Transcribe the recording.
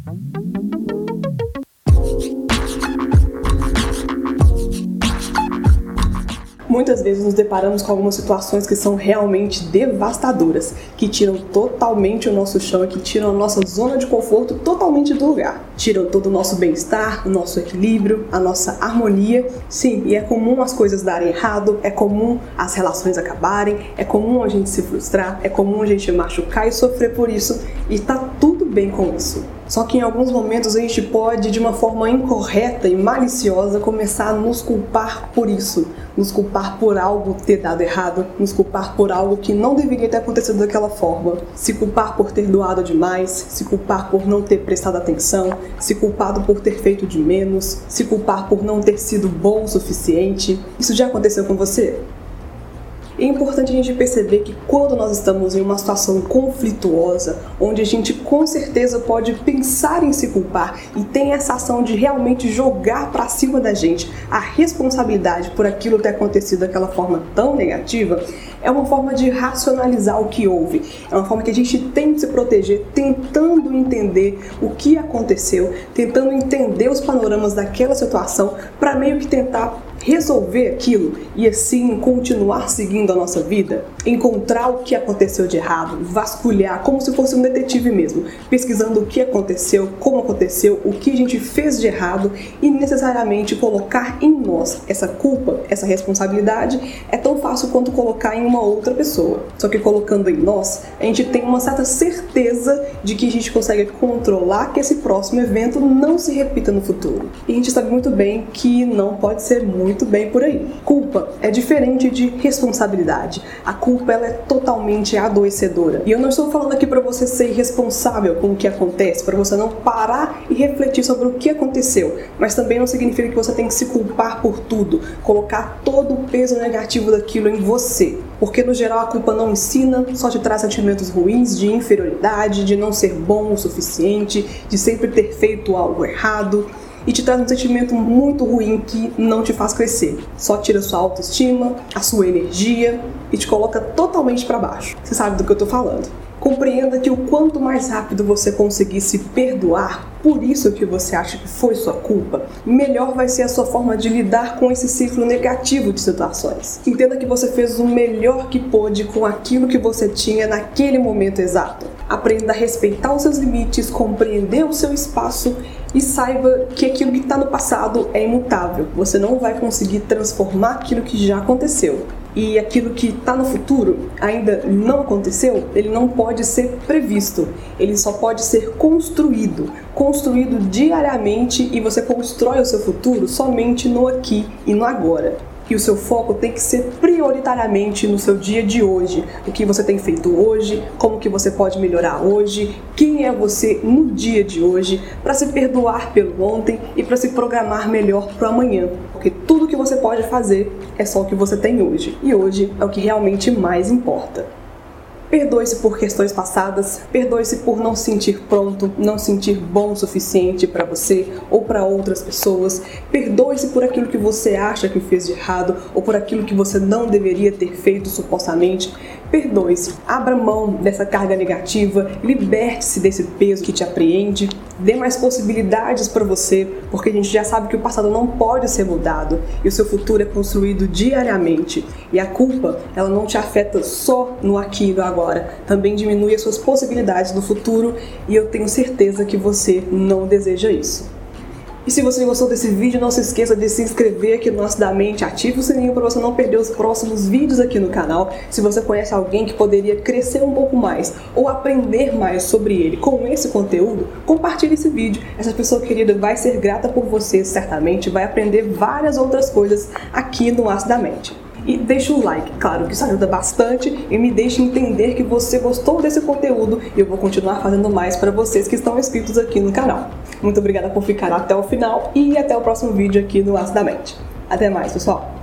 Muitas vezes nos deparamos com algumas situações que são realmente devastadoras, que tiram totalmente o nosso chão e que tiram a nossa zona de conforto totalmente do lugar. Tiram todo o nosso bem-estar, o nosso equilíbrio, a nossa harmonia. Sim, e é comum as coisas darem errado, é comum as relações acabarem, é comum a gente se frustrar, é comum a gente machucar e sofrer por isso, e tá tudo bem com isso. Só que em alguns momentos a gente pode, de uma forma incorreta e maliciosa, começar a nos culpar por isso. Nos culpar por algo ter dado errado, nos culpar por algo que não deveria ter acontecido daquela forma. Se culpar por ter doado demais, se culpar por não ter prestado atenção, se culpado por ter feito de menos, se culpar por não ter sido bom o suficiente. Isso já aconteceu com você? É importante a gente perceber que quando nós estamos em uma situação conflituosa, onde a gente com certeza pode pensar em se culpar e tem essa ação de realmente jogar para cima da gente a responsabilidade por aquilo ter acontecido daquela forma tão negativa, é uma forma de racionalizar o que houve. É uma forma que a gente tem de se proteger, tentando entender o que aconteceu, tentando entender os panoramas daquela situação para meio que tentar resolver aquilo e assim continuar seguindo a nossa vida, encontrar o que aconteceu de errado, vasculhar como se fosse um detetive mesmo, pesquisando o que aconteceu, como aconteceu, o que a gente fez de errado e necessariamente colocar em nós essa culpa, essa responsabilidade é tão fácil quanto colocar em uma outra pessoa. Só que colocando em nós, a gente tem uma certa certeza de que a gente consegue controlar que esse próximo evento não se repita no futuro. E a gente sabe muito bem que não pode ser muito bem por aí. Culpa é diferente de responsabilidade. A culpa ela é totalmente adoecedora. E eu não estou falando aqui para você ser irresponsável com o que acontece, para você não parar e refletir sobre o que aconteceu, mas também não significa que você tem que se culpar por tudo, colocar todo o peso negativo daquilo em você. Porque no geral a culpa não ensina, só te traz sentimentos ruins de inferioridade, de não ser bom o suficiente, de sempre ter feito algo errado. E te traz um sentimento muito ruim que não te faz crescer. Só tira sua autoestima, a sua energia e te coloca totalmente para baixo. Você sabe do que eu tô falando. Compreenda que o quanto mais rápido você conseguir se perdoar por isso que você acha que foi sua culpa, melhor vai ser a sua forma de lidar com esse ciclo negativo de situações. Entenda que você fez o melhor que pôde com aquilo que você tinha naquele momento exato. Aprenda a respeitar os seus limites, compreender o seu espaço e saiba que aquilo que está no passado é imutável. Você não vai conseguir transformar aquilo que já aconteceu. E aquilo que está no futuro ainda não aconteceu, ele não pode ser previsto. Ele só pode ser construído diariamente, e você constrói o seu futuro somente no aqui e no agora. E o seu foco tem que ser prioritariamente no seu dia de hoje. O que você tem feito hoje, como que você pode melhorar hoje, quem é você no dia de hoje, para se perdoar pelo ontem e para se programar melhor para o amanhã. Porque tudo que você pode fazer é só o que você tem hoje. E hoje é o que realmente mais importa. Perdoe-se por questões passadas, perdoe-se por não se sentir pronto, não se sentir bom o suficiente para você ou para outras pessoas. Perdoe-se por aquilo que você acha que fez de errado ou por aquilo que você não deveria ter feito supostamente. Perdoe-se, abra mão dessa carga negativa, liberte-se desse peso que te apreende, dê mais possibilidades para você, porque a gente já sabe que o passado não pode ser mudado e o seu futuro é construído diariamente. E a culpa, ela não te afeta só no aqui e no agora, também diminui as suas possibilidades no futuro e eu tenho certeza que você não deseja isso. E se você gostou desse vídeo, não se esqueça de se inscrever aqui no Nosso da Mente, ative o sininho para você não perder os próximos vídeos aqui no canal. Se você conhece alguém que poderia crescer um pouco mais ou aprender mais sobre ele com esse conteúdo, compartilhe esse vídeo. Essa pessoa querida vai ser grata por você, certamente, vai aprender várias outras coisas aqui no Nosso da Mente. E deixa o like, claro que isso ajuda bastante e me deixa entender que você gostou desse conteúdo e eu vou continuar fazendo mais para vocês que estão inscritos aqui no canal. Muito obrigada por ficar até o final e até o próximo vídeo aqui no Nosso da Mente. Até mais, pessoal!